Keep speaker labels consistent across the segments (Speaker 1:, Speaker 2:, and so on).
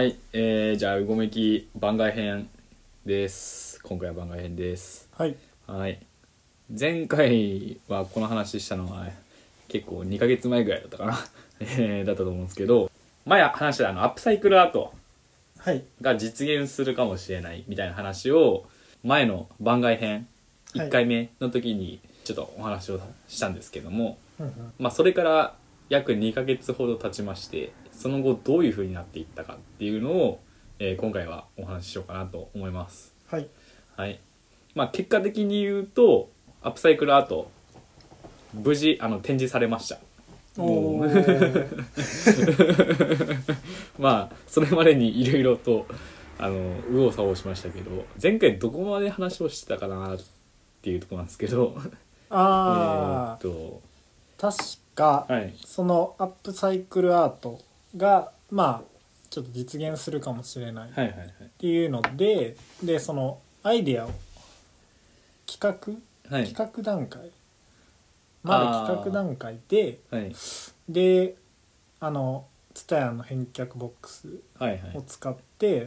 Speaker 1: はい、じゃあうごめき番外編です。今回は番外編です。
Speaker 2: はい。
Speaker 1: はい。前回はこの話したのは結構2ヶ月前ぐらいだったかなだったと思うんですけど、前話したアップサイクルアート
Speaker 2: はい。
Speaker 1: が実現するかもしれないみたいな話を前の番外編
Speaker 2: はい
Speaker 1: 1回目の時にちょっとお話をしたんですけども、
Speaker 2: うんうん。
Speaker 1: まあそれから約2ヶ月ほど経ちまして、その後どういう風になっていったかっていうのを、今回はお話ししようかなと思います。
Speaker 2: はい。
Speaker 1: はい。まあ結果的に言うとアップサイクルアート無事展示されました。もうまあそれまでにいろいろと右往左往しましたけど、前回どこまで話をしてたかなっていうところなんですけど
Speaker 2: ああ、確か、
Speaker 1: はい、
Speaker 2: そのアップサイクルアートがまあちょっと実現するかもしれないっ
Speaker 1: はいはいはい
Speaker 2: ていうので、そのアイデアを企
Speaker 1: はい
Speaker 2: 画段階、まだ企画段階で、
Speaker 1: はい
Speaker 2: でTSUTAYAの返却ボックス
Speaker 1: はいはい
Speaker 2: を使って、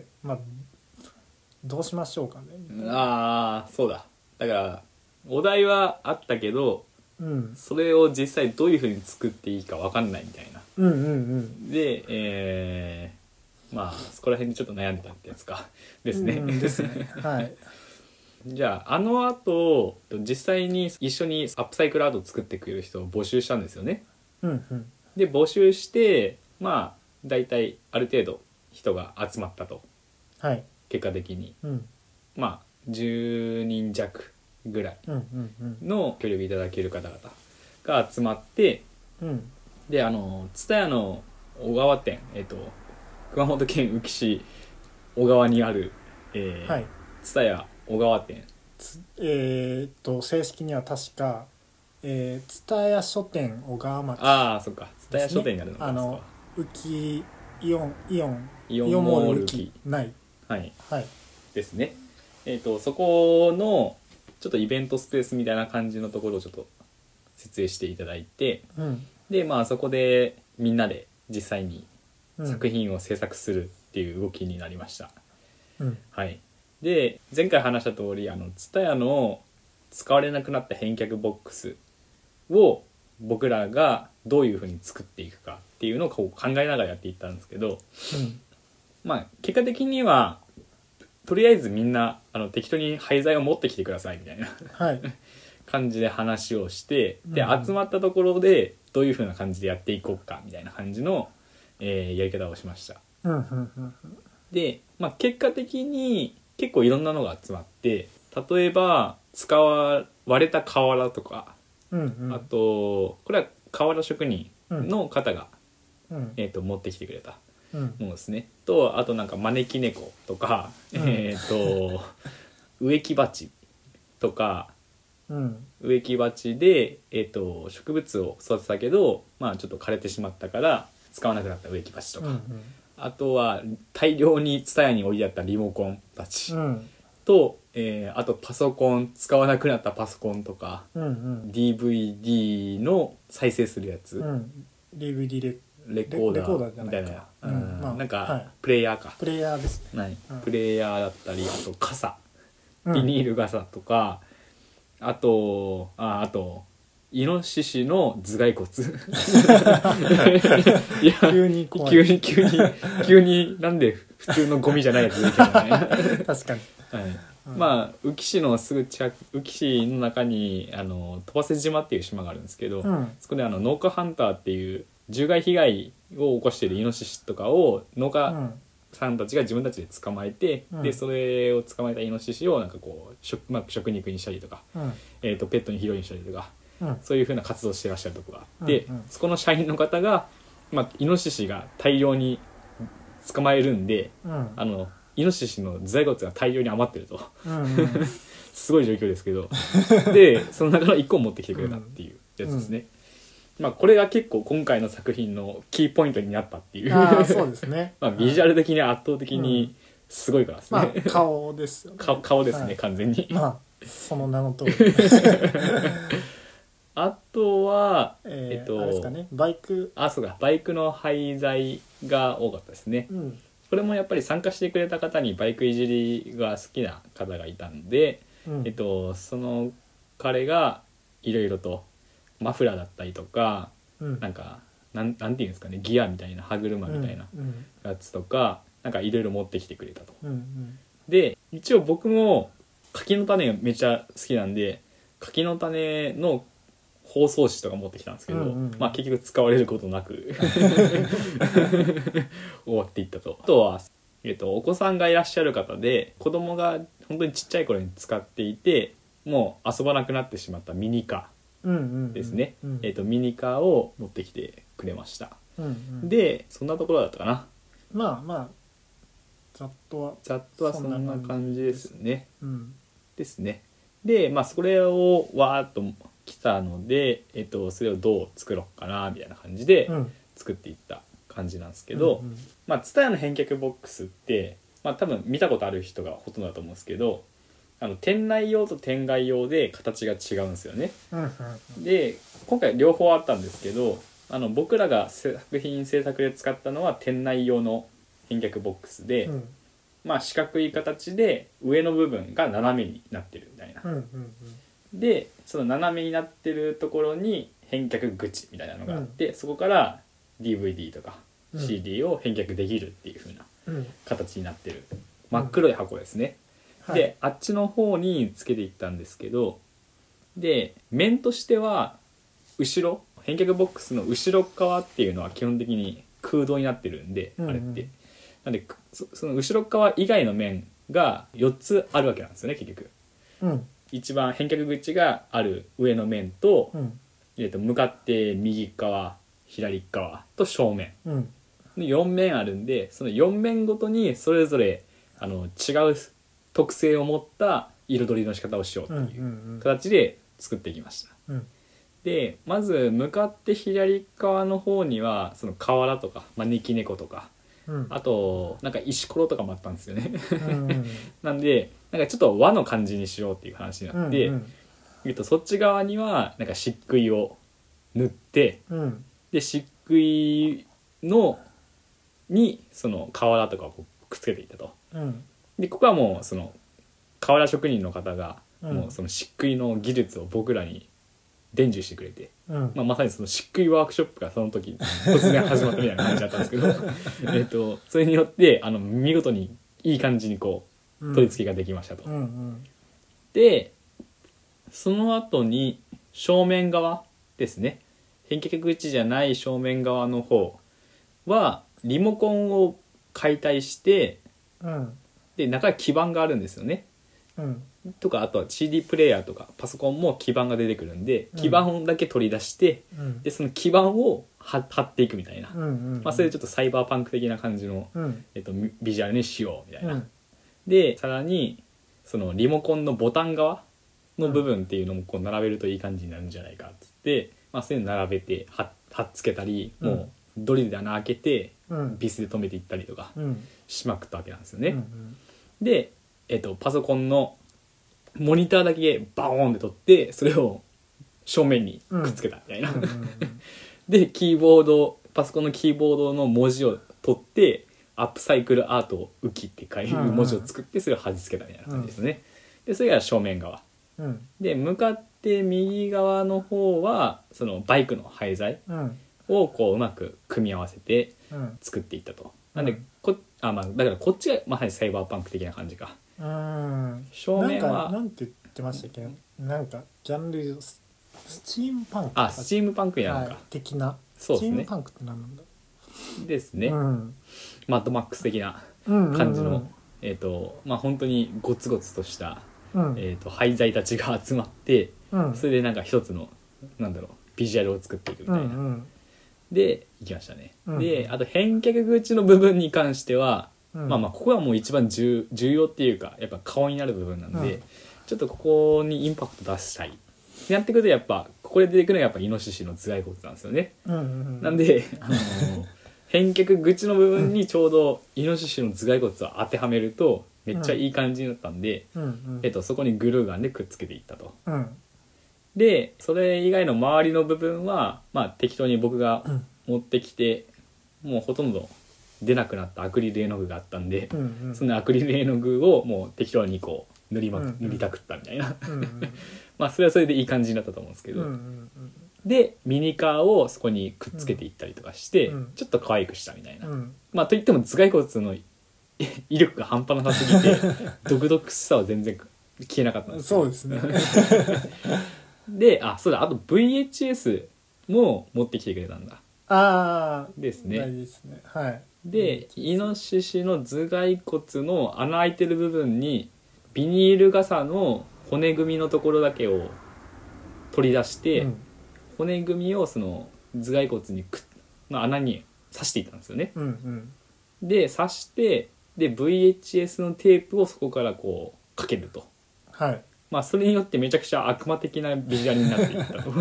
Speaker 2: まあどうしましょうかねみたいな。
Speaker 1: ああそうだ、だからお題はあったけど
Speaker 2: うん
Speaker 1: それを実際どういう風に作っていいか分かんないみたいな
Speaker 2: うんうんうん
Speaker 1: で、まあそこら辺でちょっと悩んでたってやつかですね、
Speaker 2: うんですね。はい。
Speaker 1: じゃあ後実際に一緒にアップサイクルアートを作ってくれる人を募集したんですよね。
Speaker 2: うんうん
Speaker 1: で募集してまあ大体ある程度人が集まったと、
Speaker 2: はい。
Speaker 1: 結果的に
Speaker 2: うん
Speaker 1: まあ10人弱ぐらい
Speaker 2: うんうん
Speaker 1: の協力いただける方々が集まって、
Speaker 2: うん
Speaker 1: でTSUTAYAの小川店、熊本県宇城市小川にある、
Speaker 2: はい。
Speaker 1: TSUTAYA小川店、
Speaker 2: 正式には確かTSUTAYA書店小川町
Speaker 1: ああそっか
Speaker 2: ですね。
Speaker 1: TSUTAYA書店にあるのかな、
Speaker 2: 浮イオン
Speaker 1: イオンモール
Speaker 2: 浮きない
Speaker 1: はい
Speaker 2: はい
Speaker 1: ですね。そこのちょっとイベントスペースみたいな感じのところをちょっと設営していただいて、
Speaker 2: うん
Speaker 1: でまあそこでみんなで実際に
Speaker 2: うん
Speaker 1: 作品を制作するっていう動きになりました。
Speaker 2: うん
Speaker 1: はい。で前回話した通りTSUTAYAの使われなくなった返却ボックスを僕らがどういう風に作っていくかっていうのをこう考えながらやっていったんですけど、まあ結果的にはとりあえずみんな適当に廃材を持ってきてくださいみたいな
Speaker 2: はい
Speaker 1: 感じで話をして、で
Speaker 2: うん
Speaker 1: 集まったところでどういう風な感じでやっていこうかみたいな感じの、やり方をしました。
Speaker 2: うんうんうん
Speaker 1: で、まあ、結果的に結構いろんなのが集まって、例えば割れた瓦とか、
Speaker 2: うんうん
Speaker 1: あとこれは瓦職人の方が、
Speaker 2: うん
Speaker 1: 持ってきてくれた
Speaker 2: うん
Speaker 1: ものですね。とあとなんか招き猫とか、植木鉢とか、
Speaker 2: うん
Speaker 1: 植木鉢で、植物を育てたけど、まあ、ちょっと枯れてしまったから使わなくなった植木鉢とか、
Speaker 2: うん
Speaker 1: あとは大量にTSUTAYAに置いてあったリモコンたち
Speaker 2: うん
Speaker 1: と、あとパソコン、使わなくなったパソコンとか、
Speaker 2: うん
Speaker 1: DVD の再生するやつ、
Speaker 2: うん DVD
Speaker 1: レコーダ
Speaker 2: レコーダー
Speaker 1: ーみたいな、
Speaker 2: じゃないかまあ
Speaker 1: なんか、
Speaker 2: はい
Speaker 1: プレイヤーか、
Speaker 2: プレイヤーですね。
Speaker 1: はい
Speaker 2: うん
Speaker 1: プレイヤーだったり、あと傘、
Speaker 2: うん
Speaker 1: ビニール傘とか、あとイノシシの頭蓋骨いや
Speaker 2: 急に怖い
Speaker 1: 急になんで普通のゴミじゃないやつ出てきたのね
Speaker 2: 確かに。
Speaker 1: はい
Speaker 2: うん
Speaker 1: まあ宇城市のすぐ近く、宇城市の中に鳥羽瀬島っていう島があるんですけど、
Speaker 2: うん
Speaker 1: そこで農家ハンターっていう獣害被害を起こしているイノシシとかを農家
Speaker 2: うん
Speaker 1: さんたちが自分たちで捕まえて、
Speaker 2: うん
Speaker 1: でそれを捕まえたイノシシをなんかこう食肉にしたりとか、
Speaker 2: うん
Speaker 1: ペットに肥料にしたりとか、
Speaker 2: うん
Speaker 1: そういう風な活動をしてらっしゃるところがあって、
Speaker 2: うんうん
Speaker 1: そこの社員の方が、まあ、イノシシが大量に捕まえるんで、
Speaker 2: うん
Speaker 1: イノシシの頭蓋骨が大量に余ってると
Speaker 2: うん
Speaker 1: すごい状況ですけどでその中の1個を持ってきてくれたっていうやつですね、まあ、これが結構今回の作品のキーポイントになったっていう
Speaker 2: ああそうですね。
Speaker 1: まあビジュアル的に圧倒的にすごいからですね、
Speaker 2: まあ顔ですよね。
Speaker 1: 顔ですね、
Speaker 2: はい
Speaker 1: 完全に、
Speaker 2: まあその名の通り。
Speaker 1: あとは
Speaker 2: あれですかね、バイク、
Speaker 1: そうかバイクの廃材が多かったですね。
Speaker 2: うん
Speaker 1: これもやっぱり参加してくれた方にバイクいじりが好きな方がいたんで、その彼がいろいろとマフラーだったりとか、なんかなんていうんですかね、ギアみたいな歯車みたいなやつとか、なんかいろいろ持ってきてくれたと。で一応僕も柿の種がめちゃ好きなんで、柿の種の包装紙とか持ってきたんですけど、まあ結局使われることなく終わっていったと。あとは、お子さんがいらっしゃる方で、子供が本当にちっちゃい頃に使っていてもう遊ばなくなってしまったミニカーですね。ミニカーを持ってきてくれました。でそんなところだったかな。
Speaker 2: まあざっとは
Speaker 1: そんな感じですね。ですね。でまあそれをわーっと来たので、それをどう作ろうかなみたいな感じで作っていった感じなんですけど、まあTSUTAYAの返却ボックスって、まあ多分見たことある人がほとんどだと思うんですけど、店内用と店外用で形が違うんですよね。で今回両方あったんですけど、僕らが作品制作で使ったのは店内用の返却ボックスで、まあ四角い形で上の部分が斜めになってるみたいな。でその斜めになってるところに返却口みたいなのがあって、そこから DVD とか CD を返却できるっていう風な形になってる真っ黒い箱ですね。であっちの方につけていったんですけど、で面としては後ろ返却ボックスの後ろ側っていうのは基本的に空洞になってるんで、あれってなんでその後ろ側以外の面が4つあるわけなんですよね結局。一番返却口がある上の面と、向かって右側左側と正面、4面あるんで、その4面ごとにそれぞれ違う特性を持った彩りの仕方をしようっていう形で作っていきました。でまず向かって左側の方にはその瓦とか招き猫とか、あとなんか石ころとかもあったんですよねなんでなんかちょっと和の感じにしようっていう話になって、そっち側にはなんか漆喰を塗って、で漆喰のにその瓦とかをくっつけていったと。でここはもうその瓦職人の方がもうその漆喰の技術を僕らに伝授してくれて、まさにその漆喰ワークショップがその時突然始まったみたいな感じだったんですけどそれによって見事にいい感じにこう取り付けができましたと。でその後に正面側ですね、返却口じゃない正面側の方はリモコンを解体して、で中に基板があるんですよね。とかあとは CD プレイヤーとかパソコンも基板が出てくるんで、基板だけ取り出して、でその基板を貼っていくみたいな、それでちょっとサイバーパンク的な感じの、ビジュアルにしようみたいな。でさらにそのリモコンのボタン側の部分っていうのもこう並べるといい感じになるんじゃないかっつって、そういうの並べて貼っつけたり、もうドリルで穴開けてビスで留めていったりとかしまくったわけなんですよね。で、パソコンのモニターだけバーンって取ってそれを正面にくっつけたみたいな、でパソコンのキーボードの文字を取ってアップサイクルアート浮きって書いて文字を作ってそれを貼り付けたみたいな感じですね。でそれが正面側、で向かって右側の方はそのバイクの廃材をこううまく組み合わせて作っていったと。なんでだからこっちがまさにサイバーパンク的な感じか。正面は
Speaker 2: なんて言ってましたっけ、なんかジャンルスチームパンク、
Speaker 1: スチームパンクになるのか、
Speaker 2: 的な。
Speaker 1: そうですね、
Speaker 2: スチームパンクって何なんだ
Speaker 1: ですね、マッドマックス的な感じの、本当にゴツゴツとした、廃材たちが集まって、それでなんか一つのビジュアルを作っていくみたいな、でいきましたね。であと返却口の部分に関しては、ここはもう一番重要っていうかやっぱ顔になる部分なんで、ちょっとここにインパクト出したいってなってくるとやっぱここで出てくるのがやっぱイノシシの頭蓋骨なんですよね。なんで返却口の部分にちょうどイノシシの頭蓋骨を当てはめるとめっちゃいい感じになったんで、そこにグルーガンでくっつけていったと。でそれ以外の周りの部分は、適当に僕が持ってきて、もうほとんど出なくなったアクリル絵の具があったんで、
Speaker 2: うんうん
Speaker 1: そのアクリル絵の具をもう適当にこう塗りたくったみたいな
Speaker 2: うんうん
Speaker 1: まあそれはそれでいい感じになったと思うんですけど、
Speaker 2: うんうん
Speaker 1: でミニカーをそこにくっつけていったりとかして、
Speaker 2: うん
Speaker 1: ちょっと可愛くしたみたいな、
Speaker 2: うん
Speaker 1: まあといっても頭蓋骨の威力が半端なさすぎて独々しさは全然消えなかったんですけど
Speaker 2: そうですね
Speaker 1: で、そうだ、あと VHS も持ってきてくれたんだ
Speaker 2: ああ
Speaker 1: ですね。
Speaker 2: 大事ですね。はい
Speaker 1: で、イノシシの頭蓋骨の穴開いてる部分にビニール傘の骨組みのところだけを取り出して、骨組みをその頭蓋骨にの穴に刺していったんですよね。
Speaker 2: うんうん
Speaker 1: で刺してで VHS のテープをそこからこうかけると。
Speaker 2: はい
Speaker 1: まあそれによってめちゃくちゃ悪魔的なビジュアルになっていったと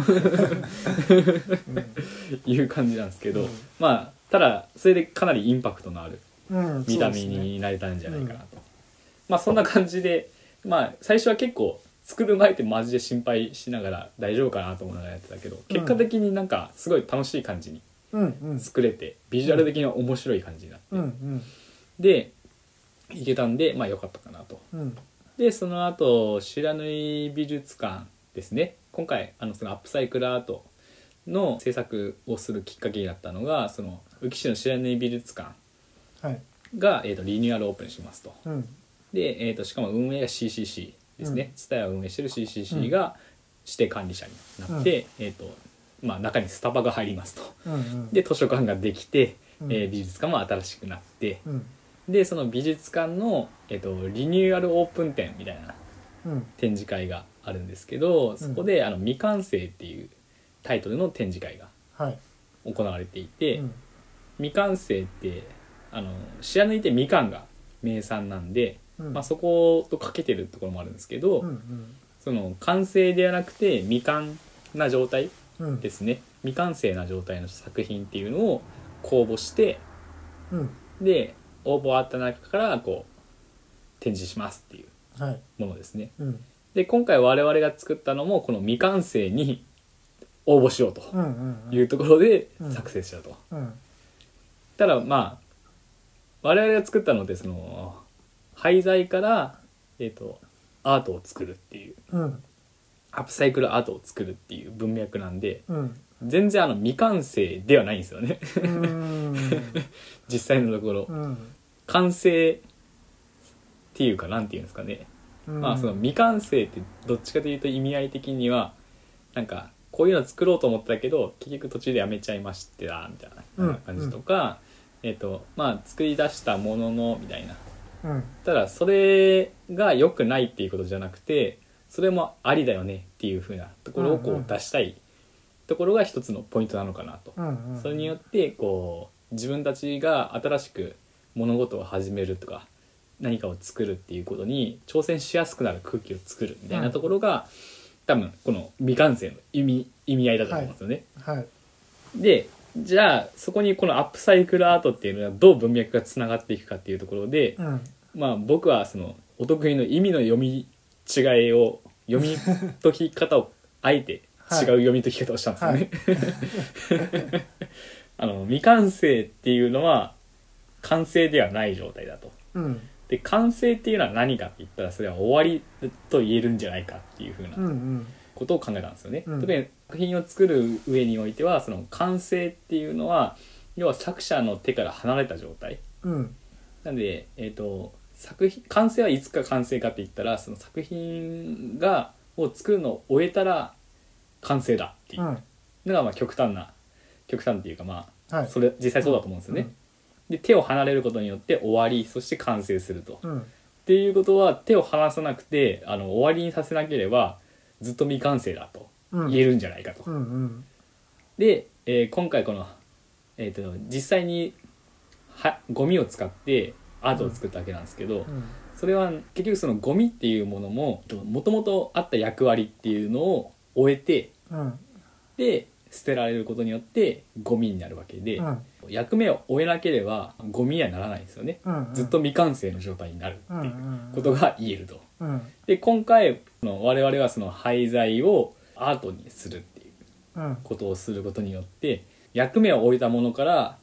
Speaker 1: いう感じなんですけど、まあただそれでかなりインパクトのある
Speaker 2: うん
Speaker 1: 見た目になれたんじゃないかなと、まあそんな感じで、まあ最初は結構作る前ってマジで心配しながら大丈夫かなと思いながらやってたけど、結果的になんかすごい楽しい感じに
Speaker 2: うんうん
Speaker 1: 作れてビジュアル的には面白い感じになって、
Speaker 2: うんうん
Speaker 1: でいけたんでまあ良かったかなと。
Speaker 2: うん
Speaker 1: でその後白縫美術館ですね、今回そのアップサイクルアートの制作をするきっかけになったのがその宇城市の白縫美術館
Speaker 2: はい
Speaker 1: が、リニューアルオープンしますと。
Speaker 2: うん
Speaker 1: で、しかも運営が CCC ですね、TSUTAYAを運営してる CCC が指定管理者になって、まあ、中にスタバが入りますと。
Speaker 2: うんうん
Speaker 1: で図書館ができて、
Speaker 2: うん
Speaker 1: 美術館も新しくなって、
Speaker 2: うん
Speaker 1: でその美術館の、リニューアルオープン展みたいな
Speaker 2: うん
Speaker 1: 展示会があるんですけど、そこで未完成っていうタイトルの展示会が
Speaker 2: はい
Speaker 1: 行われていて、
Speaker 2: うん
Speaker 1: 未完成って白縫いってみかんが名産なんで、
Speaker 2: うん
Speaker 1: まあ、そことかけてるところもあるんですけど、
Speaker 2: うん
Speaker 1: その完成ではなくて未完な状態
Speaker 2: うん
Speaker 1: ですね、未完成な状態の作品っていうのを公募して、
Speaker 2: うん
Speaker 1: で応募あった中からこう展示しますっていう
Speaker 2: はい
Speaker 1: ものですね。
Speaker 2: うん
Speaker 1: で今回我々が作ったのもこの未完成に応募しようと
Speaker 2: うんうん
Speaker 1: いうところで
Speaker 2: うん
Speaker 1: 作成したと。
Speaker 2: うん
Speaker 1: ただまあ我々が作ったのでその廃材から、アートを作るっていう
Speaker 2: うん
Speaker 1: アップサイクルアートを作るっていう文脈なんで
Speaker 2: うん
Speaker 1: 全然未完成ではないんですよね
Speaker 2: うん
Speaker 1: 実際のところ
Speaker 2: うん
Speaker 1: 完成っていうかなんていうんですかね、
Speaker 2: うん
Speaker 1: まあその未完成ってどっちかというと意味合い的にはなんかこういうの作ろうと思ったけど結局途中でやめちゃいましたみたいな感じとか、まあ作り出したもののみたいな、
Speaker 2: うん
Speaker 1: ただそれが良くないっていうことじゃなくてそれもありだよねっていう風なところをこう出したいところが一つのポイントなのかなと、
Speaker 2: うん
Speaker 1: それによってこう自分たちが新しく物事を始めるとか何かを作るっていうことに挑戦しやすくなる空気を作るみたいなところが、多分この未完成の意味合いだと思うんですよね、
Speaker 2: はい
Speaker 1: でじゃあそこにこのアップサイクルアートっていうのはどう文脈がつながっていくかっていうところで、
Speaker 2: うん
Speaker 1: まあ僕はそのお得意の意味の読み違いを読み解き方をあえて違う読み解き方をしたんですよね、未完成っていうのは完成ではない状態だと。
Speaker 2: うん
Speaker 1: で完成っていうのは何かって言ったらそれは終わりと言えるんじゃないかっていうふうな
Speaker 2: うんうん
Speaker 1: ことを考えたんですよね、
Speaker 2: うん
Speaker 1: 特に作品を作る上においてはその完成っていうのは要は作者の手から離れた状態
Speaker 2: うん
Speaker 1: なんで、作品完成はいつか完成かって言ったらその作品を作るのを終えたら完成だっていう
Speaker 2: うん
Speaker 1: のがまあ極端っていうかまあ
Speaker 2: はい
Speaker 1: それ実際そうだと思うんですよね、で手を離れることによって終わりそして完成すると、
Speaker 2: うん
Speaker 1: っていうことは手を離さなくて終わりにさせなければずっと未完成だと言えるんじゃないかと、
Speaker 2: うんうん
Speaker 1: で、今回この、実際にゴミを使ってアートを作ったわけなんですけど、
Speaker 2: うん
Speaker 1: それは結局そのゴミっていうものももともとあった役割っていうのを終えて
Speaker 2: うん
Speaker 1: で捨てられることによってゴミになるわけで、
Speaker 2: うん
Speaker 1: 役目を終えなければゴミにはならないんですよね、
Speaker 2: うん
Speaker 1: ずっと未完成の状態になるっていうことが言えると。
Speaker 2: うん
Speaker 1: で今回我々はその廃材をアートにするっていう
Speaker 2: うん
Speaker 1: ことをすることによって役目を終えたものから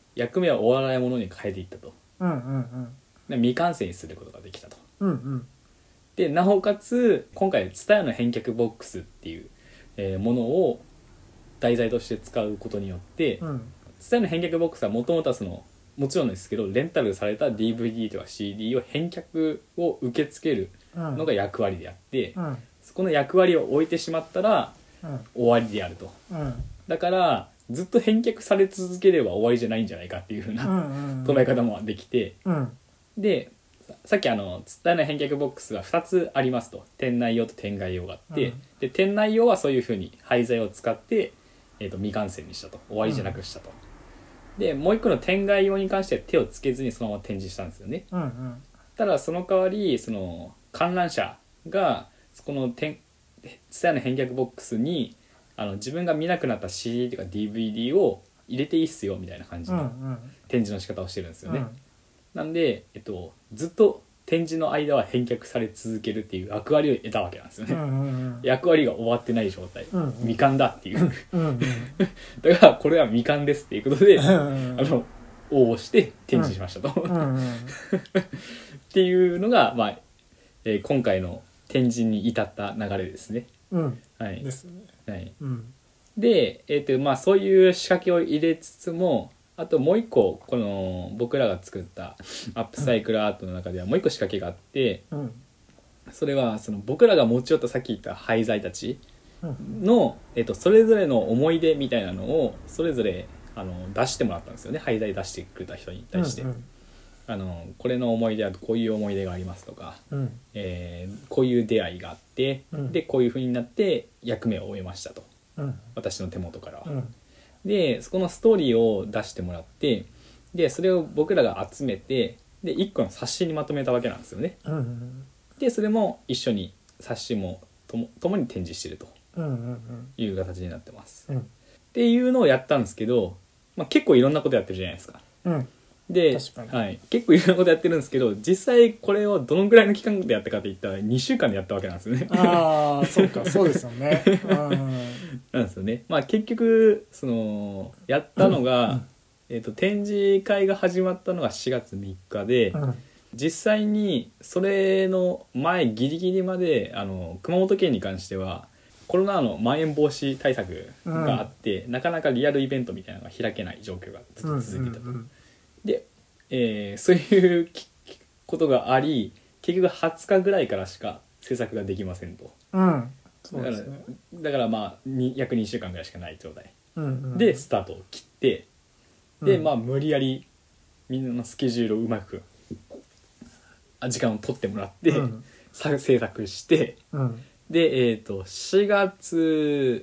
Speaker 1: 役目は終わらないものに変えていったと。
Speaker 2: うんうん
Speaker 1: で未完成にすることができたと。
Speaker 2: うんうん
Speaker 1: でなおかつ今回 TSUTAYA の返却ボックスっていう、ものを題材として使うことによって、
Speaker 2: うん
Speaker 1: TSUTAYA の返却ボックスはもともとはもちろんですけどレンタルされた DVD とか CD を返却を受け付ける
Speaker 2: うん
Speaker 1: のが役割であって、
Speaker 2: うん
Speaker 1: そこの役割を終えてしまったら
Speaker 2: うん
Speaker 1: 終わりであると。
Speaker 2: うん
Speaker 1: だからずっと返却され続ければ終わりじゃないんじゃないかっていう風な捉え方もできて、
Speaker 2: うん
Speaker 1: でさっきTSUTAYAの返却ボックスが2つありますと。店内用と店外用があって、で店内用はそういう風に廃材を使って、未完成にしたと。終わりじゃなくしたと。でもう一個の店外用に関しては手をつけずにそのまま展示したんですよね。
Speaker 2: うんうん
Speaker 1: ただその代わり観覧車がこのTSUTAYAの返却ボックスに自分が見なくなった CD とか DVD を入れていいっすよみたいな感じの展示の仕方をしてるんですよね。なんで、ずっと展示の間は返却され続けるっていう役割を得たわけなんですよね。役割が終わってない状態、未完だっていうだからこれは未完ですっていうことで応募して展示しましたとっていうのが、今回の展示に至った流れですね。はい
Speaker 2: ですね。
Speaker 1: はいで、そういう仕掛けを入れつつもあともう一個この僕らが作ったアップサイクルアートの中ではもう一個仕掛けがあって、それは僕らが持ち寄ったさっき言った廃材たちの、それぞれの思い出みたいなのをそれぞれ出してもらったんですよね。廃材出してくれた人に対して、これの思い出はこういう思い出がありますとか、こういう出会いがあって、でこういう風になって役目を終えましたと、私の手元からは。でそこのストーリーを出してもらって、でそれを僕らが集めてで1個の冊子にまとめたわけなんですよね。でそれも一緒に冊子も共に展示してるという形になってます、っていうのをやったんですけど、結構いろんなことやってるじゃないですか。で、はい、結構いろんなことやってるんですけど実際これをどのぐらいの期間でやったかっていったら2週間でやったわけなんですよね。
Speaker 2: ああそうかそうですよね。
Speaker 1: なんですよね。結局やったのが、展示会が始まったのが4月3日で、実際にそれの前ギリギリまで熊本県に関してはコロナのまん延防止対策があって、なかなかリアルイベントみたいなのが開けない状況がずっと続いてたと。で、そういうことがあり結局20日ぐらいからしか制作ができませんと。
Speaker 2: そうですね。
Speaker 1: だから約2週間ぐらいしかない状態、でスタートを切って、で無理やりみんなのスケジュールをうまく時間を取ってもらって、制作して、で4月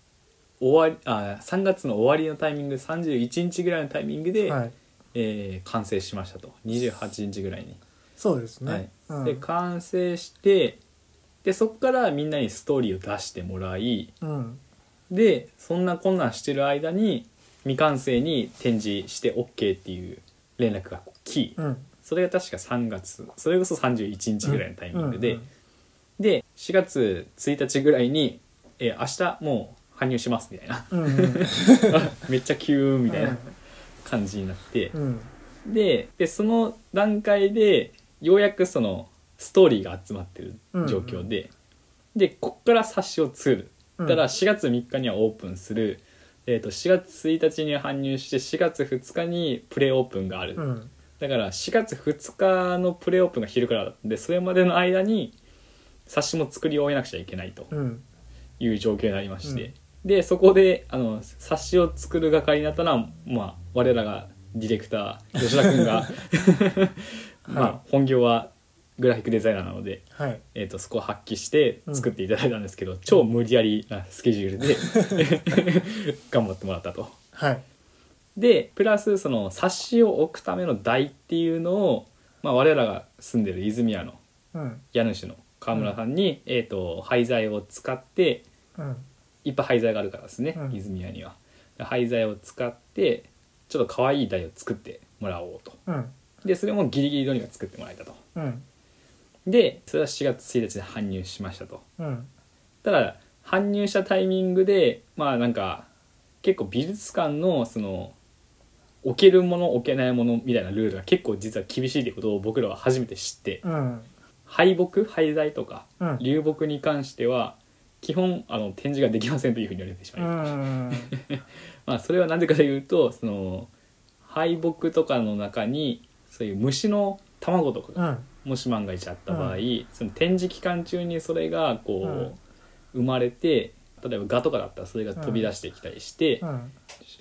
Speaker 1: 3月の終わりのタイミング31日ぐらいのタイミングで、完成しましたと。28日ぐらいに。
Speaker 2: そうですね。
Speaker 1: で完成してでそこからみんなにストーリーを出してもらい、でそんなこんなんしてる間に未完成に展示して OK っていう連絡が来、それが確か3月それこそ31日ぐらいのタイミングで、で4月1日ぐらいに、明日もう搬入しますみたいなめっちゃ急みたいな感じになって、でその段階でようやくストーリーが集まってる状況で、でこっから冊子を作る。たら4月3日にはオープンする、4月1日に搬入して4月2日にプレオープンがある、だから4月2日のプレオープンが昼からでそれまでの間に冊子も作り終えなくちゃいけないという状況になりまして、でそこで冊子を作る係になったのは、我らがディレクター吉田君が本業はグラフィックデザイナーなので、そこを発揮して作っていただいたんですけど、超無理やりなスケジュールで頑張ってもらったと。でプラス冊子を置くための台っていうのを、我らが住んでる泉屋の家主の川村さんに、廃材を使って、いっぱい廃材があるからですね、泉屋には廃材を使ってちょっと可愛い台を作ってもらおうと、でそれもギリギリどうにか作ってもらえたと、でそれは4月1日で搬入しましたと、ただ搬入したタイミングでなんか結構美術館の置けるもの置けないものみたいなルールが結構実は厳しいってことを僕らは初めて知って、
Speaker 2: うん
Speaker 1: 廃材とか
Speaker 2: うん
Speaker 1: 流木に関しては基本展示ができませんというふうに言われてし
Speaker 2: う
Speaker 1: まい、
Speaker 2: ん
Speaker 1: まあそれはなぜかというとその廃木とかの中にそういう虫の卵とかが
Speaker 2: うん
Speaker 1: もし万が一あった場合、その展示期間中にそれがこう、生まれて例えば蛾とかだったらそれが飛び出してきたりして、
Speaker 2: うん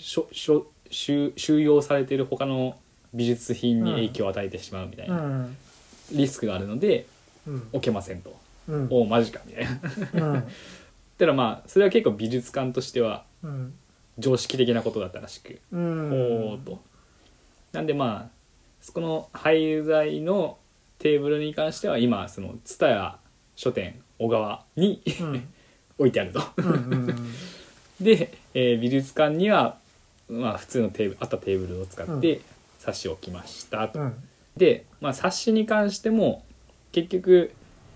Speaker 1: 収容されている他の美術品に影響を与えてしまうみたいうなんリスクがあるので
Speaker 2: うん
Speaker 1: 置けませんと、
Speaker 2: うん
Speaker 1: おおマジかみたいな
Speaker 2: うん
Speaker 1: だからまあそれは結構美術館としては
Speaker 2: うん
Speaker 1: 常識的なことだったらしく、
Speaker 2: うん
Speaker 1: おーとなんでまあそこの廃材のテーブルに関しては今その蔦屋書店小川に
Speaker 2: うん
Speaker 1: 置いてあると
Speaker 2: うんうん
Speaker 1: で、美術館には、まあ、普通のあったテーブルを使って冊子を置きましたと、
Speaker 2: うん
Speaker 1: で、まあ、冊子に関しても結局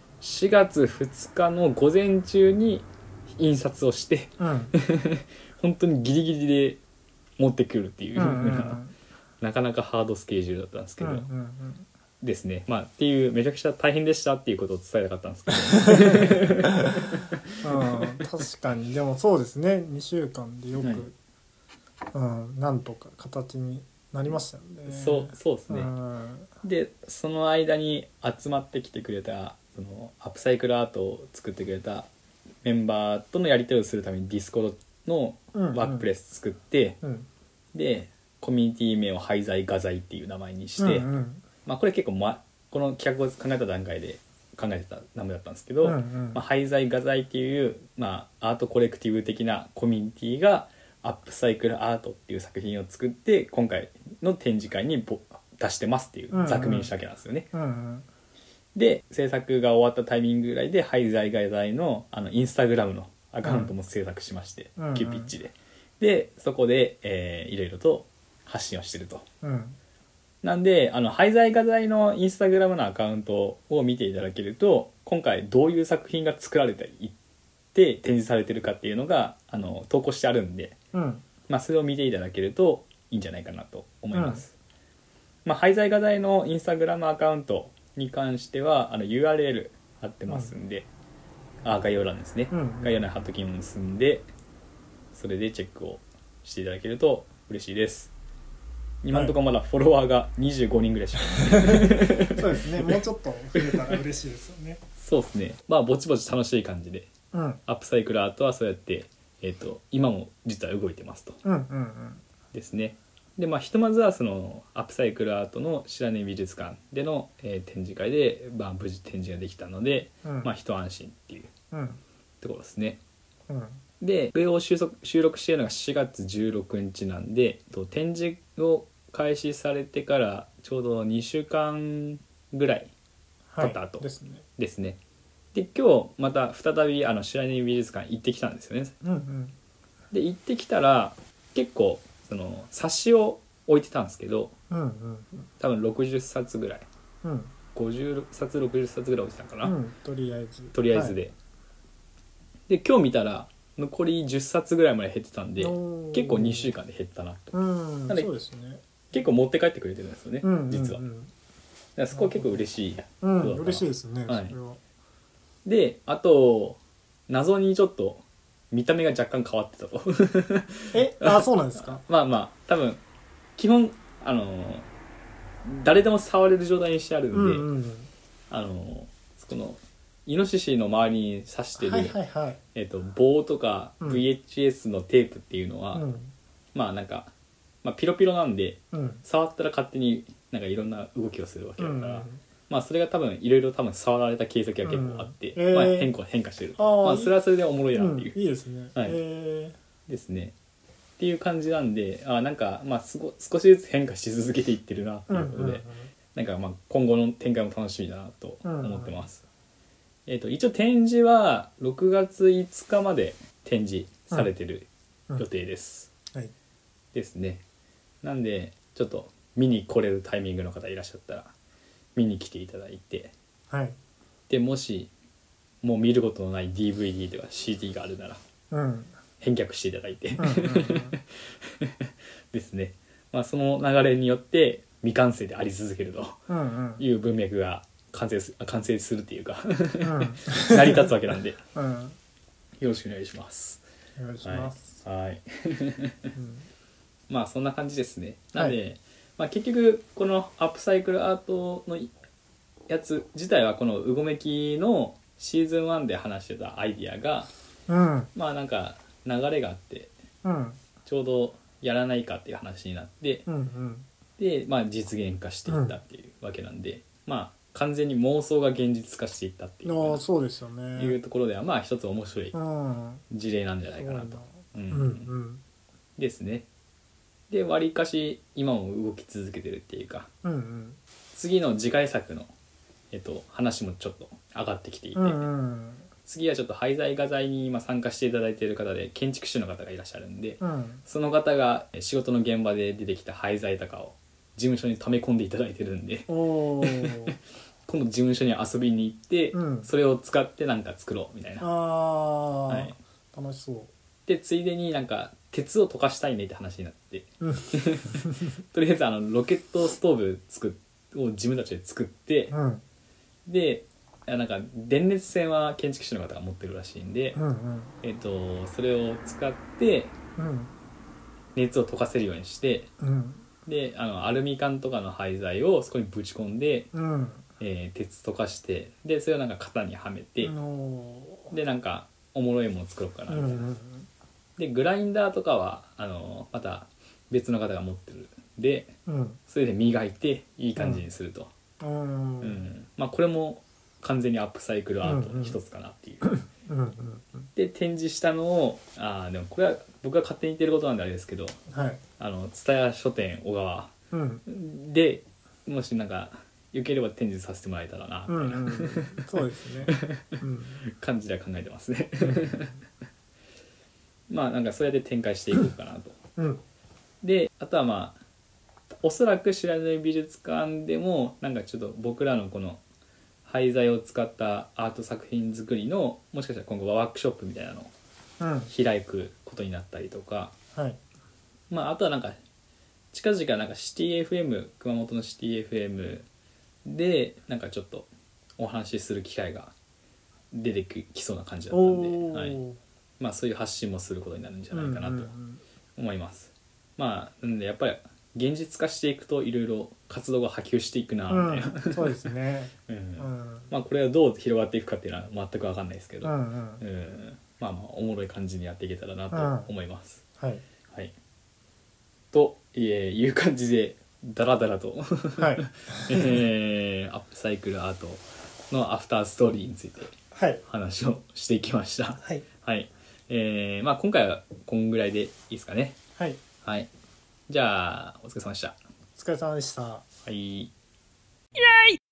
Speaker 1: 4月2日の午前中に印刷をして
Speaker 2: うん
Speaker 1: 本当にギリギリで持ってくるっていう、
Speaker 2: うん
Speaker 1: なかなかハードスケジュールだったんですけど、
Speaker 2: うんうん
Speaker 1: ですねまあっていうめちゃくちゃ大変でしたっていうことを伝えたかったんですけど
Speaker 2: うん確かにでもそうですね2週間でよく、
Speaker 1: はい
Speaker 2: なんとか形になりましたよね。
Speaker 1: そうですね、
Speaker 2: うん
Speaker 1: でその間に集まってきてくれたそのアップサイクルアートを作ってくれたメンバーとのやり取りをするためにディスコードのワークプレス作って、
Speaker 2: うん
Speaker 1: でコミュニティ名を廃材画材っていう名前にして、
Speaker 2: うん
Speaker 1: まあ、これ結構、この企画を考えた段階で考えてた名前だったんですけど、まあ、廃材画材っていう、まあ、アートコレクティブ的なコミュニティがアップサイクルアートっていう作品を作って今回の展示会に出してますっていうざくみにしたわけなんですよね。
Speaker 2: うん
Speaker 1: で制作が終わったタイミングぐらいで廃材画材のインスタグラムのアカウントも制作しまして、キューピッチでそこで、いろいろと発信をしてると。
Speaker 2: うん
Speaker 1: なんで廃材画材のインスタグラムのアカウントを見ていただけると今回どういう作品が作られていって展示されてるかっていうのが投稿してあるんで、
Speaker 2: うん
Speaker 1: まあ、それを見ていただけるといいんじゃないかなと思います、まあ、廃材画材のインスタグラムアカウントに関してはURL 貼ってますんで、概要欄ですね、概要欄に貼っときますんでそれでチェックをしていただけると嬉しいです。今のところまだフォロワーが25人ぐらいしかいない
Speaker 2: そうですねもうちょっと増えたら嬉しいですよね。
Speaker 1: そうですねまあぼちぼち楽しい感じで
Speaker 2: うん
Speaker 1: アップサイクルアートはそうやって、今も実は動いてますと
Speaker 2: うんうん
Speaker 1: ですね。でまあひとまずはそのアップサイクルアートの白根美術館での、展示会で、まあ、無事展示ができたので、
Speaker 2: うん
Speaker 1: まあ一安心っていう
Speaker 2: うん
Speaker 1: ところですね。
Speaker 2: うん
Speaker 1: でこれを収録しているのが4月16日なんで展示を開始されてからちょうど2週間ぐらい
Speaker 2: はい
Speaker 1: 経った後
Speaker 2: ですね。
Speaker 1: ですね。で今日また再び白根美術館行ってきたんですよね。
Speaker 2: うん
Speaker 1: で行ってきたら結構その冊子を置いてたんですけど
Speaker 2: うんうん
Speaker 1: 多分60冊ぐらい
Speaker 2: うん
Speaker 1: 50冊60冊ぐらい置いてたのかな、
Speaker 2: うんとりあえず
Speaker 1: で、で今日見たら残り10冊ぐらいまで減ってたんで結構2週間で減ったなと、
Speaker 2: うん
Speaker 1: なんで
Speaker 2: そうですね。
Speaker 1: 結構持って帰ってくれてるんですよね、
Speaker 2: うん
Speaker 1: 実は。だからそこは結構嬉しい、
Speaker 2: 嬉しいですね。
Speaker 1: はい
Speaker 2: それは
Speaker 1: であと謎にちょっと見た目が若干変わってたと
Speaker 2: そうなんですか。
Speaker 1: まあまあ多分基本誰でも触れる状態にしてあるんで、
Speaker 2: うん
Speaker 1: そのイノシシの周りに刺してる、
Speaker 2: はいはいはい
Speaker 1: 棒とか
Speaker 2: うん
Speaker 1: VHS のテープっていうのは、まあなんか、まあ、ピロピロなんで
Speaker 2: うん
Speaker 1: 触ったら勝手になんかいろんな動きをするわけだから、
Speaker 2: うん
Speaker 1: まあそれが多分いろいろ多分触られた形跡が結構あって、まあ、変化してる
Speaker 2: あ
Speaker 1: まあそれはそれでおもろいなっていう、
Speaker 2: いいですね。
Speaker 1: はいですねっていう感じなんでなんかまあ少しずつ変化し続けていってるなっていうことで、なんかまあ今後の展開も楽しみだなと思ってます、一応展示は6月5日まで展示されてる予定です、
Speaker 2: はい
Speaker 1: ですね。なんでちょっと見に来れるタイミングの方いらっしゃったら見に来ていただいて、
Speaker 2: はい
Speaker 1: でもしもう見ることのない DVD とか CD があるなら
Speaker 2: うん
Speaker 1: 返却していただいてですね。 まあ、その流れによって未完成であり続けると
Speaker 2: うんうん
Speaker 1: いう文脈が完成するっていうか
Speaker 2: うん
Speaker 1: 成り立つわけなんで
Speaker 2: うん
Speaker 1: よろしくお願いします。
Speaker 2: お願いします。
Speaker 1: はい、はい
Speaker 2: うん
Speaker 1: まあそんな感じですね。なんで、まあ、結局このアップサイクルアートのやつ自体はこのうごめきのシーズン1で話してたアイディアが
Speaker 2: うん
Speaker 1: まあなんか流れがあって
Speaker 2: うん
Speaker 1: ちょうどやらないかっていう話になって
Speaker 2: うん
Speaker 1: で、まあ、実現化していったっていうわけなんで、まあ完全に妄想が現実化していったっていう
Speaker 2: ああ
Speaker 1: か
Speaker 2: そうですよ
Speaker 1: ないう
Speaker 2: ね。
Speaker 1: ところではまあ一つ面白い
Speaker 2: うん
Speaker 1: 事例なんじゃないかなと、
Speaker 2: うんうん
Speaker 1: ですね。でわりかし今も動き続けてるっていうか
Speaker 2: うん
Speaker 1: 次の次回作の、話もちょっと上がってきていて、
Speaker 2: うん
Speaker 1: 次はちょっと廃材画材に今参加していただいている方で建築士の方がいらっしゃるんで、
Speaker 2: うん
Speaker 1: その方が仕事の現場で出てきた廃材とかを事務所に溜め込んでいただいてるんで
Speaker 2: おー
Speaker 1: 今度事務所に遊びに行って、
Speaker 2: うん
Speaker 1: それを使ってなんか作ろうみたいな、
Speaker 2: ああ、
Speaker 1: はい、
Speaker 2: 楽しそ
Speaker 1: でついでになんか鉄を溶かしたいねって話になって
Speaker 2: う。うん
Speaker 1: とりあえずロケットストーブを自分たちで作って
Speaker 2: うん
Speaker 1: でなんか電熱線は建築士の方が持ってるらしいんで、
Speaker 2: うん
Speaker 1: それを使って
Speaker 2: うん
Speaker 1: 熱を溶かせるようにして
Speaker 2: うん
Speaker 1: でアルミ缶とかの廃材をそこにぶち込んで、
Speaker 2: うん
Speaker 1: 鉄溶かしてでそれをなんか型にはめて、
Speaker 2: おー
Speaker 1: でなんかおもろいもの作ろうかなみたいな、
Speaker 2: うん
Speaker 1: でグラインダーとかはまた別の方が持ってるで
Speaker 2: うん
Speaker 1: それで磨いていい感じにすると、
Speaker 2: うん
Speaker 1: まあこれも完全にアップサイクルアートの一つかなっていう、
Speaker 2: うん
Speaker 1: で展示したのをでもこれは僕が勝手に言ってることなんであれですけど
Speaker 2: はい
Speaker 1: 蔦屋書店小川
Speaker 2: うん
Speaker 1: でもしなんかよければ展示させてもらえたらなみたいな
Speaker 2: そうですね。うん
Speaker 1: 感じでは考えてますねまあなんかそうやって展開していこうかなと
Speaker 2: うん
Speaker 1: であとはまあおそらく白縫美術館でもなんかちょっと僕らのこの廃材を使ったアート作品作りのもしかしたら今後はワークショップみたいなのを
Speaker 2: うん
Speaker 1: 開くことになったりとか、
Speaker 2: はい
Speaker 1: まああとはなんか近々なんかシティ FM 熊本のシティ FM でなんかちょっとお話しする機会が出てきそうな感じだったんで、
Speaker 2: お
Speaker 1: はい、
Speaker 2: ー
Speaker 1: まあそういう発信もすることになるんじゃないかなと
Speaker 2: うん
Speaker 1: 思います。まあなんでやっぱり現実化していくといろいろ活動が波及していくなみたいな、
Speaker 2: そうですね。
Speaker 1: うん
Speaker 2: うん
Speaker 1: まあこれはどう広がっていくかっていうのは全く分かんないですけど、
Speaker 2: うん
Speaker 1: まあまあおもろい感じにやっていけたらなと思います。
Speaker 2: はい
Speaker 1: はい、という感じでダラダラと
Speaker 2: はい
Speaker 1: アップサイクルアートのアフターストーリーについて
Speaker 2: はい
Speaker 1: 話をしていきました。
Speaker 2: はい
Speaker 1: はい。まあ今回はこんぐらいでいいですかね。
Speaker 2: はい
Speaker 1: はい。じゃあお疲れ様でした。
Speaker 2: お疲れ様でした。
Speaker 1: はい。